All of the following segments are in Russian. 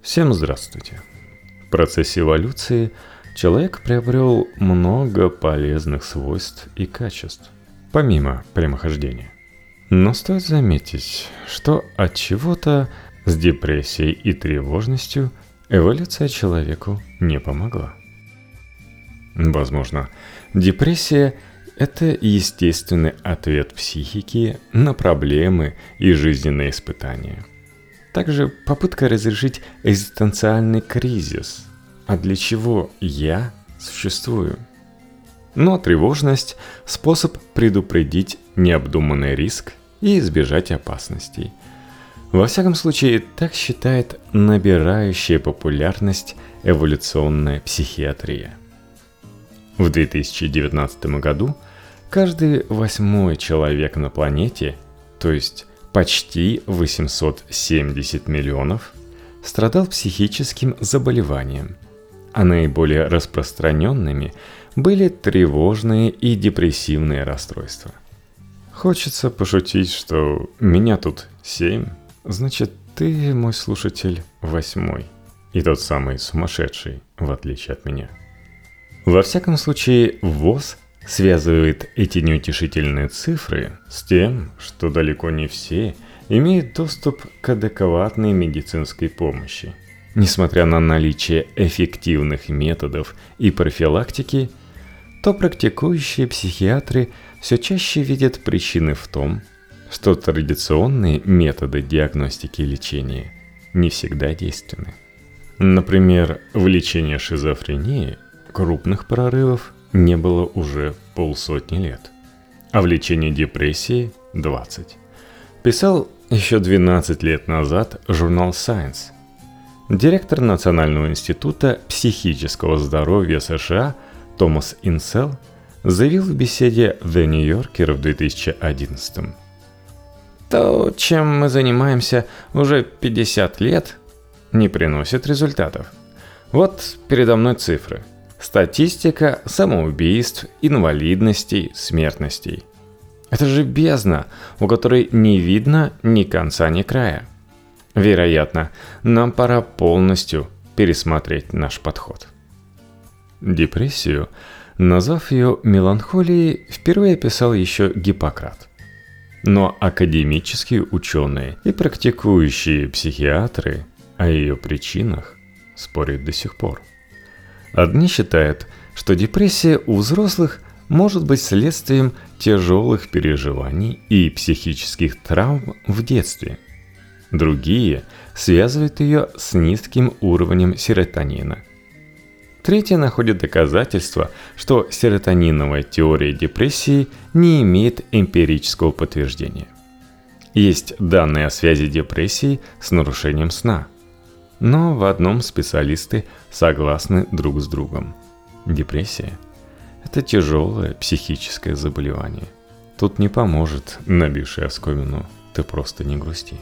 Всем здравствуйте. В процессе эволюции человек приобрел много полезных свойств и качеств, помимо прямохождения. Но стоит заметить, что от чего-то с депрессией и тревожностью эволюция человеку не помогла. Возможно, депрессия – это естественный ответ психики на проблемы и жизненные испытания. Также попытка разрешить экзистенциальный кризис. А для чего я существую? Но тревожность – способ предупредить необдуманный риск и избежать опасностей. Во всяком случае, так считает набирающая популярность эволюционная психиатрия. В 2019 году каждый 8-й человек на планете, то есть почти 870 миллионов, страдал психическим заболеванием, а наиболее распространенными были тревожные и депрессивные расстройства. Хочется пошутить, что меня тут 7, значит, ты, мой слушатель, 8-й, и тот самый сумасшедший, в отличие от меня. Во всяком случае, ВОЗ связывает эти неутешительные цифры с тем, что далеко не все имеют доступ к адекватной медицинской помощи. Несмотря на наличие эффективных методов и профилактики, то практикующие психиатры все чаще видят причины в том, что традиционные методы диагностики и лечения не всегда действенны. Например, в лечении шизофрении крупных прорывов не было уже 50 лет, а в лечении депрессии – 20. Писал еще 12 лет назад журнал Science. Директор Национального института психического здоровья США Томас Инсел заявил в беседе The New Yorker в 2011. То, чем мы занимаемся уже 50 лет, не приносит результатов. Вот передо мной цифры. Статистика самоубийств, инвалидностей, смертностей. Это же бездна, у которой не видно ни конца, ни края. Вероятно, нам пора полностью пересмотреть наш подход. Депрессию, назвав ее меланхолией, впервые описал еще Гиппократ. Но академические ученые и практикующие психиатры о ее причинах спорят до сих пор. Одни считают, что депрессия у взрослых может быть следствием тяжелых переживаний и психических травм в детстве. Другие связывают ее с низким уровнем серотонина. Третьи находят доказательства, что серотониновая теория депрессии не имеет эмпирического подтверждения. Есть данные о связи депрессии с нарушением сна. Но в одном специалисты согласны друг с другом. Депрессия – это тяжелое психическое заболевание. Тут не поможет набивший оскомину «ты просто не грусти».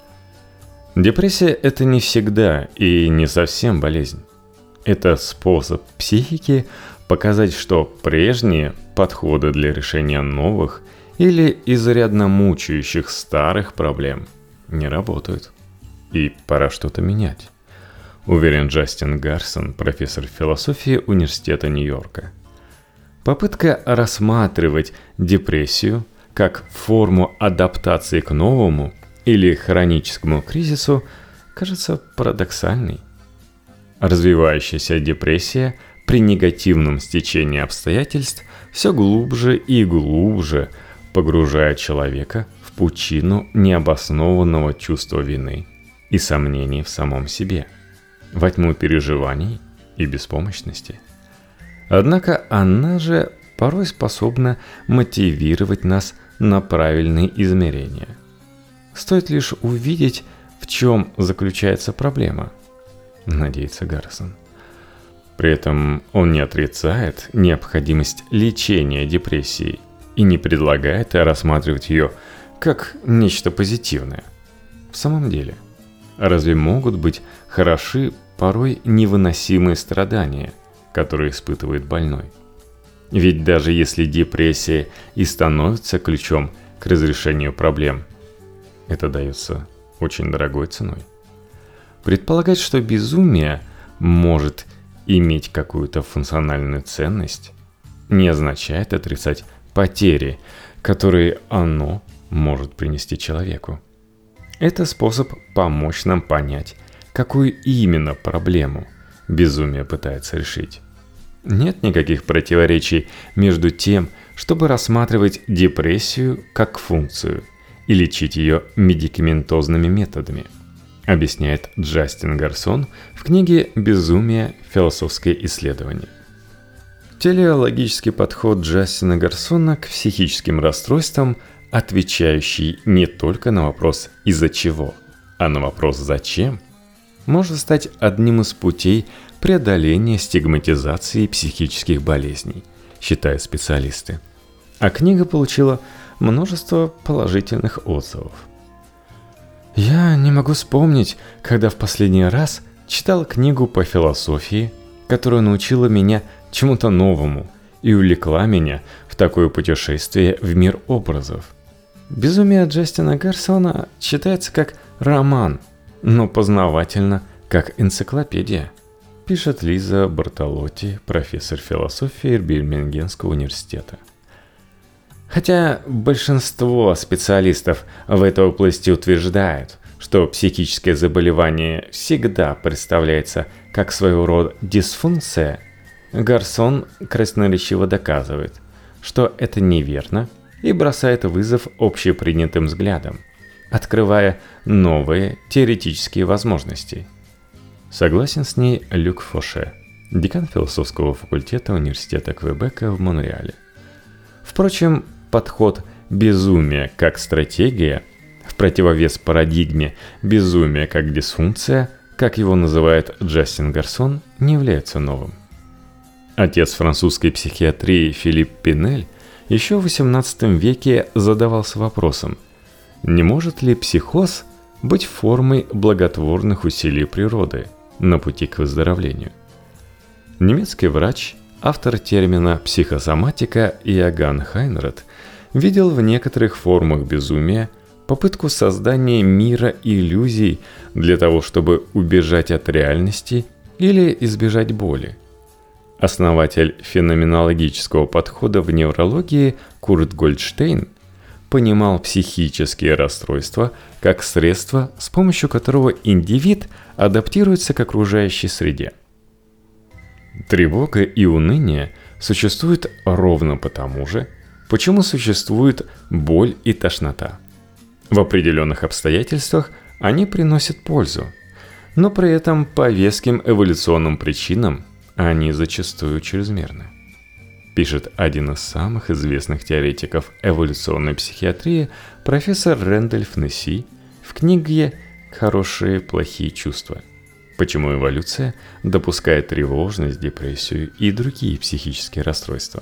Депрессия – это не всегда и не совсем болезнь. Это способ психики показать, что прежние подходы для решения новых или изрядно мучающих старых проблем не работают. И пора что-то менять, уверен Джастин Гарсон, профессор философии Университета Нью-Йорка. Попытка рассматривать депрессию как форму адаптации к новому или хроническому кризису кажется парадоксальной. Развивающаяся депрессия при негативном стечении обстоятельств все глубже и глубже погружает человека в пучину необоснованного чувства вины и сомнений в самом себе, во тьму переживаний и беспомощности. Однако она же порой способна мотивировать нас на правильные измерения. Стоит лишь увидеть, в чем заключается проблема, надеется Гарсон. При этом он не отрицает необходимость лечения депрессии и не предлагает рассматривать ее как нечто позитивное. В самом деле, разве могут быть хороши порой невыносимые страдания, которые испытывает больной? Ведь даже если депрессия и становится ключом к разрешению проблем, это дается очень дорогой ценой. предполагать, что безумие может иметь какую-то функциональную ценность, не означает отрицать потери, которые оно может принести человеку. Это способ помочь нам понять, какую именно проблему безумие пытается решить. Нет никаких противоречий между тем, чтобы рассматривать депрессию как функцию и лечить ее медикаментозными методами, объясняет Джастин Гарсон в книге «Безумие. Философское исследование». Телеологический подход Джастина Гарсона к психическим расстройствам, отвечающий не только на вопрос «из-за чего?», а на вопрос «зачем?», может стать одним из путей преодоления стигматизации психических болезней, считают специалисты. А книга получила множество положительных отзывов. Я не могу вспомнить, когда в последний раз читал книгу по философии, которая научила меня чему-то новому и увлекла меня в такое путешествие в мир образов. «Безумие» Джастина Гарсона читается как роман, но познавательно, как энциклопедия, пишет Лиза Бартолотти, профессор философии Бирмингемского университета. Хотя большинство специалистов в этой области утверждают, что психическое заболевание всегда представляется как своего рода дисфункция, Гарсон красноречиво доказывает, что это неверно и бросает вызов общепринятым взглядам, открывая новые теоретические возможности. Согласен с ней Люк Фоше, декан философского факультета университета Квебека в Монреале. Впрочем, подход безумия как стратегия в противовес парадигме безумия как дисфункция, как его называет Джастин Гарсон, не является новым. Отец французской психиатрии Филипп Пинель еще в XVIII веке задавался вопросом, не может ли психоз быть формой благотворных усилий природы на пути к выздоровлению. Немецкий врач, автор термина «психосоматика» Иоганн Хайнрад видел в некоторых формах безумия попытку создания мира иллюзий для того, чтобы убежать от реальности или избежать боли. Основатель феноменологического подхода в неврологии Курт Гольдштейн понимал психические расстройства как средство, с помощью которого индивид адаптируется к окружающей среде. Тревога и уныние существуют ровно потому же, почему существует боль и тошнота. В определенных обстоятельствах они приносят пользу, но при этом по веским эволюционным причинам они зачастую чрезмерны, пишет один из самых известных теоретиков эволюционной психиатрии профессор Рэндольф Несси в книге «Хорошие, плохие чувства. Почему эволюция допускает тревожность, депрессию и другие психические расстройства».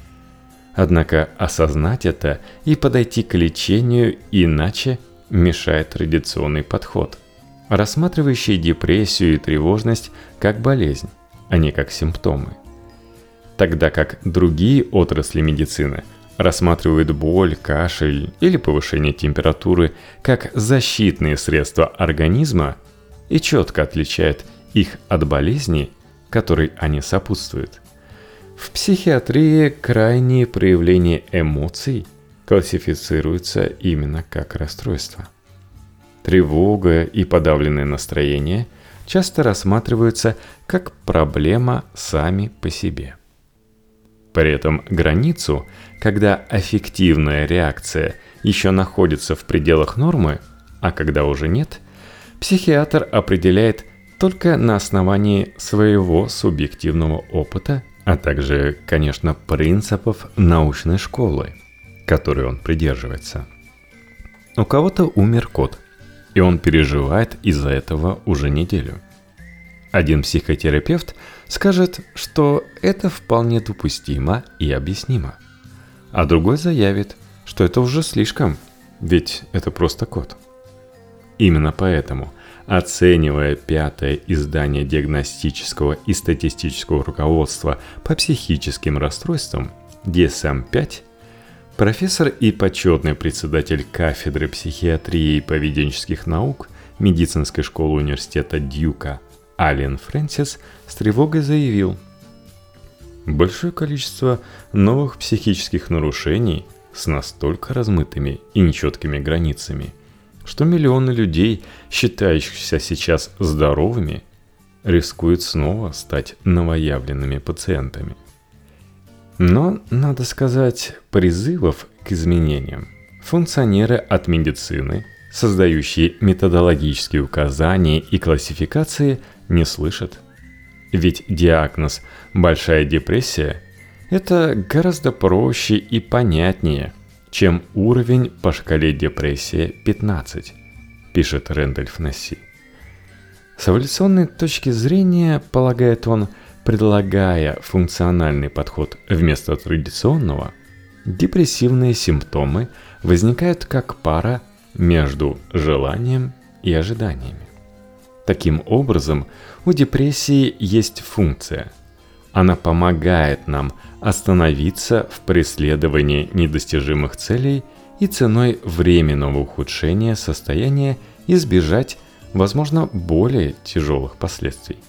Однако осознать это и подойти к лечению иначе мешает традиционный подход, рассматривающий депрессию и тревожность как болезнь, а не как симптомы. Тогда как другие отрасли медицины рассматривают боль, кашель или повышение температуры как защитные средства организма и четко отличают их от болезней, которой они сопутствуют. В психиатрии крайние проявления эмоций классифицируются именно как расстройства. Тревога и подавленное настроение часто рассматриваются как проблема сами по себе. При этом границу, когда аффективная реакция еще находится в пределах нормы, а когда уже нет, психиатр определяет только на основании своего субъективного опыта, а также, конечно, принципов научной школы, которой он придерживается. У кого-то умер кот, и он переживает из-за этого уже неделю. Один психотерапевт скажет, что это вполне допустимо и объяснимо, а другой заявит, что это уже слишком, ведь это просто кот. Именно поэтому, оценивая 5-е издание диагностического и статистического руководства по психическим расстройствам DSM-5, профессор и почетный председатель кафедры психиатрии и поведенческих наук медицинской школы университета Дьюка Ален Фрэнсис с тревогой заявил: большое количество новых психических нарушений с настолько размытыми и нечеткими границами, что миллионы людей, считающихся сейчас здоровыми, рискуют снова стать новоявленными пациентами. Но, надо сказать, призывов к изменениям функционеры от медицины, создающие методологические указания и классификации, не слышат. Ведь диагноз «большая депрессия» – это гораздо проще и понятнее, чем уровень по шкале депрессия 15, пишет Рэндольф Несси. С эволюционной точки зрения, полагает он, предлагая функциональный подход вместо традиционного, депрессивные симптомы возникают как пара между желанием и ожиданиями. Таким образом, у депрессии есть функция. Она помогает нам остановиться в преследовании недостижимых целей и ценой временного ухудшения состояния избежать, возможно, более тяжелых последствий.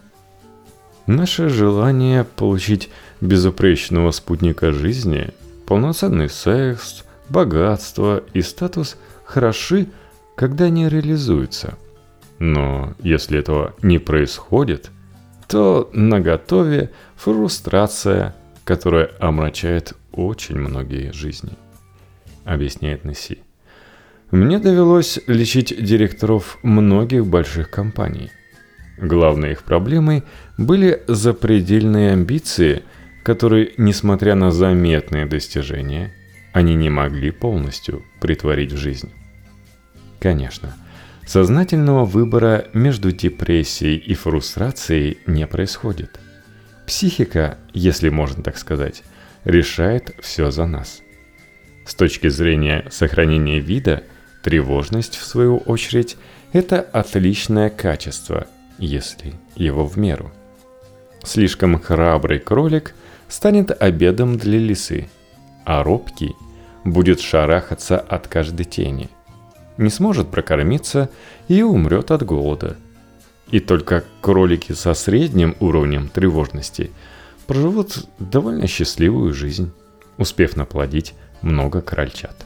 Наше желание получить безупречного спутника жизни, полноценный секс, богатство и статус хороши, когда они реализуются. Но если этого не происходит, то наготове фрустрация, которая омрачает очень многие жизни, объясняет Несси. Мне довелось лечить директоров многих больших компаний. Главной их проблемой были запредельные амбиции, которые, несмотря на заметные достижения, они не могли полностью претворить в жизнь. Конечно, сознательного выбора между депрессией и фрустрацией не происходит. Психика, если можно так сказать, решает все за нас. С точки зрения сохранения вида, тревожность, в свою очередь, это отличное качество, если его в меру. Слишком храбрый кролик станет обедом для лисы, а робкий будет шарахаться от каждой тени, не сможет прокормиться и умрет от голода. И только кролики со средним уровнем тревожности проживут довольно счастливую жизнь, успев наплодить много крольчат.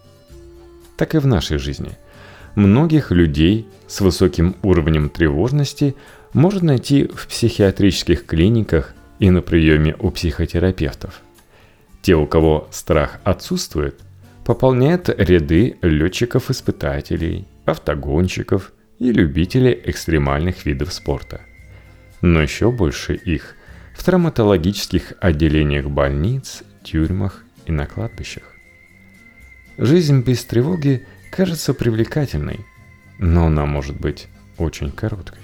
Так и в нашей жизни. Многих людей с высоким уровнем тревожности можно найти в психиатрических клиниках и на приеме у психотерапевтов. Те, у кого страх отсутствует, пополняют ряды летчиков-испытателей, автогонщиков и любителей экстремальных видов спорта. Но еще больше их в травматологических отделениях больниц, тюрьмах и на кладбищах. Жизнь без тревоги кажется привлекательной, но она может быть очень короткой.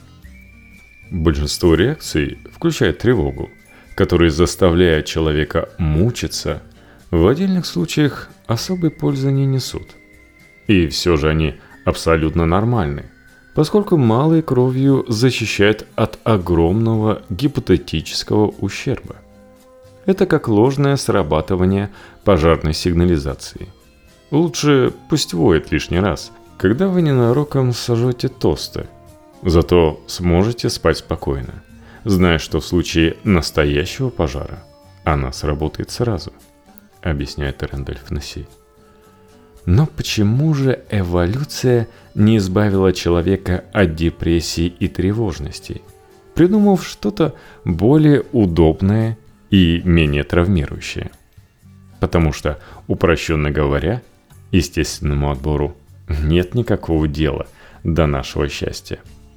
Большинство реакций включает тревогу, которые заставляют человека мучиться, в отдельных случаях особой пользы не несут. И все же они абсолютно нормальны, поскольку малой кровью защищают от огромного гипотетического ущерба. Это как ложное срабатывание пожарной сигнализации. Лучше пусть воет лишний раз, когда вы ненароком сожжете тосты. Зато сможете спать спокойно, зная, что в случае настоящего пожара она сработает сразу, объясняет Рэндольф Несси. Но почему же эволюция не избавила человека от депрессии и тревожности, придумав что-то более удобное и менее травмирующее? Потому что, упрощенно говоря, естественному отбору нет никакого дела до нашего счастья.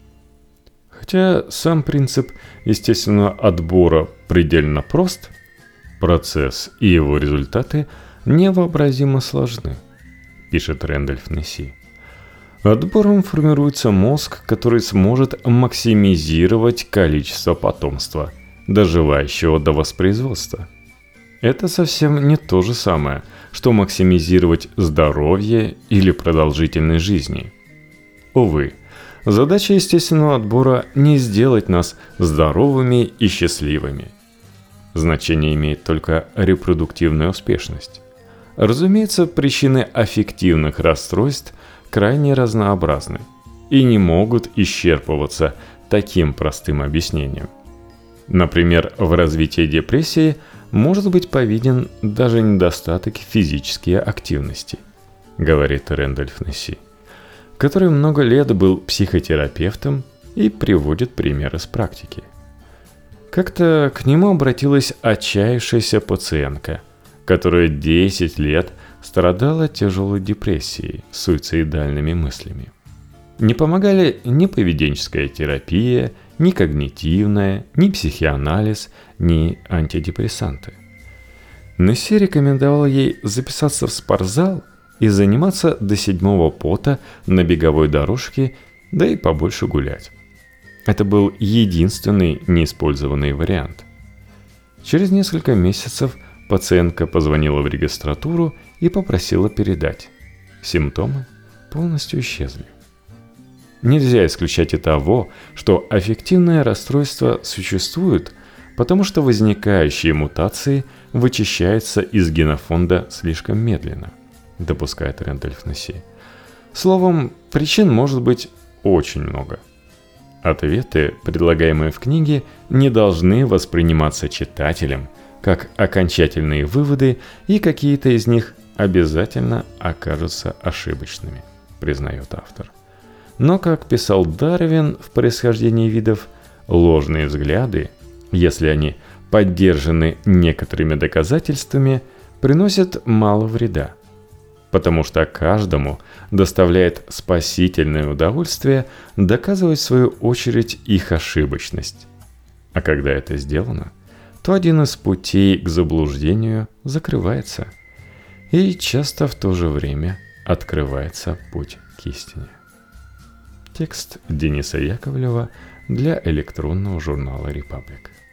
Хотя сам принцип естественного отбора предельно прост, процесс и его результаты невообразимо сложны, пишет Рэндольф Несси. Отбором формируется мозг, который сможет максимизировать количество потомства, доживающего до воспроизводства. Это совсем не то же самое, что максимизировать здоровье или продолжительность жизни. Увы, задача естественного отбора не сделать нас здоровыми и счастливыми. Значение имеет только репродуктивная успешность. Разумеется, причины аффективных расстройств крайне разнообразны, и не могут исчерпываться таким простым объяснением. Например, в развитии депрессии может быть повинен даже недостаток физической активности, говорит Рэндольф Несси, который много лет был психотерапевтом и приводит пример из практики. Как-то к нему обратилась отчаявшаяся пациентка, которая 10 лет страдала тяжелой депрессией, суицидальными мыслями. Не помогали ни поведенческая терапия, ни когнитивная, ни психоанализ, ни антидепрессанты. Несси рекомендовал ей записаться в спортзал и заниматься до 7-го пота на беговой дорожке, да и побольше гулять. Это был единственный неиспользованный вариант. Через несколько месяцев пациентка позвонила в регистратуру и попросила передать. Симптомы полностью исчезли. Нельзя исключать и того, что аффективное расстройство существует, потому что возникающие мутации вычищаются из генофонда слишком медленно, допускает Рэндольф Несси. Словом, причин может быть очень много. Ответы, предлагаемые в книге, не должны восприниматься читателем как окончательные выводы, и какие-то из них обязательно окажутся ошибочными, признает автор. Но, как писал Дарвин в «Происхождении видов», ложные взгляды, если они поддержаны некоторыми доказательствами, приносят мало вреда, потому что каждому доставляет спасительное удовольствие доказывать в свою очередь их ошибочность. А когда это сделано, то один из путей к заблуждению закрывается, и часто в то же время открывается путь к истине. Текст Дениса Яковлева для электронного журнала «Репаблик».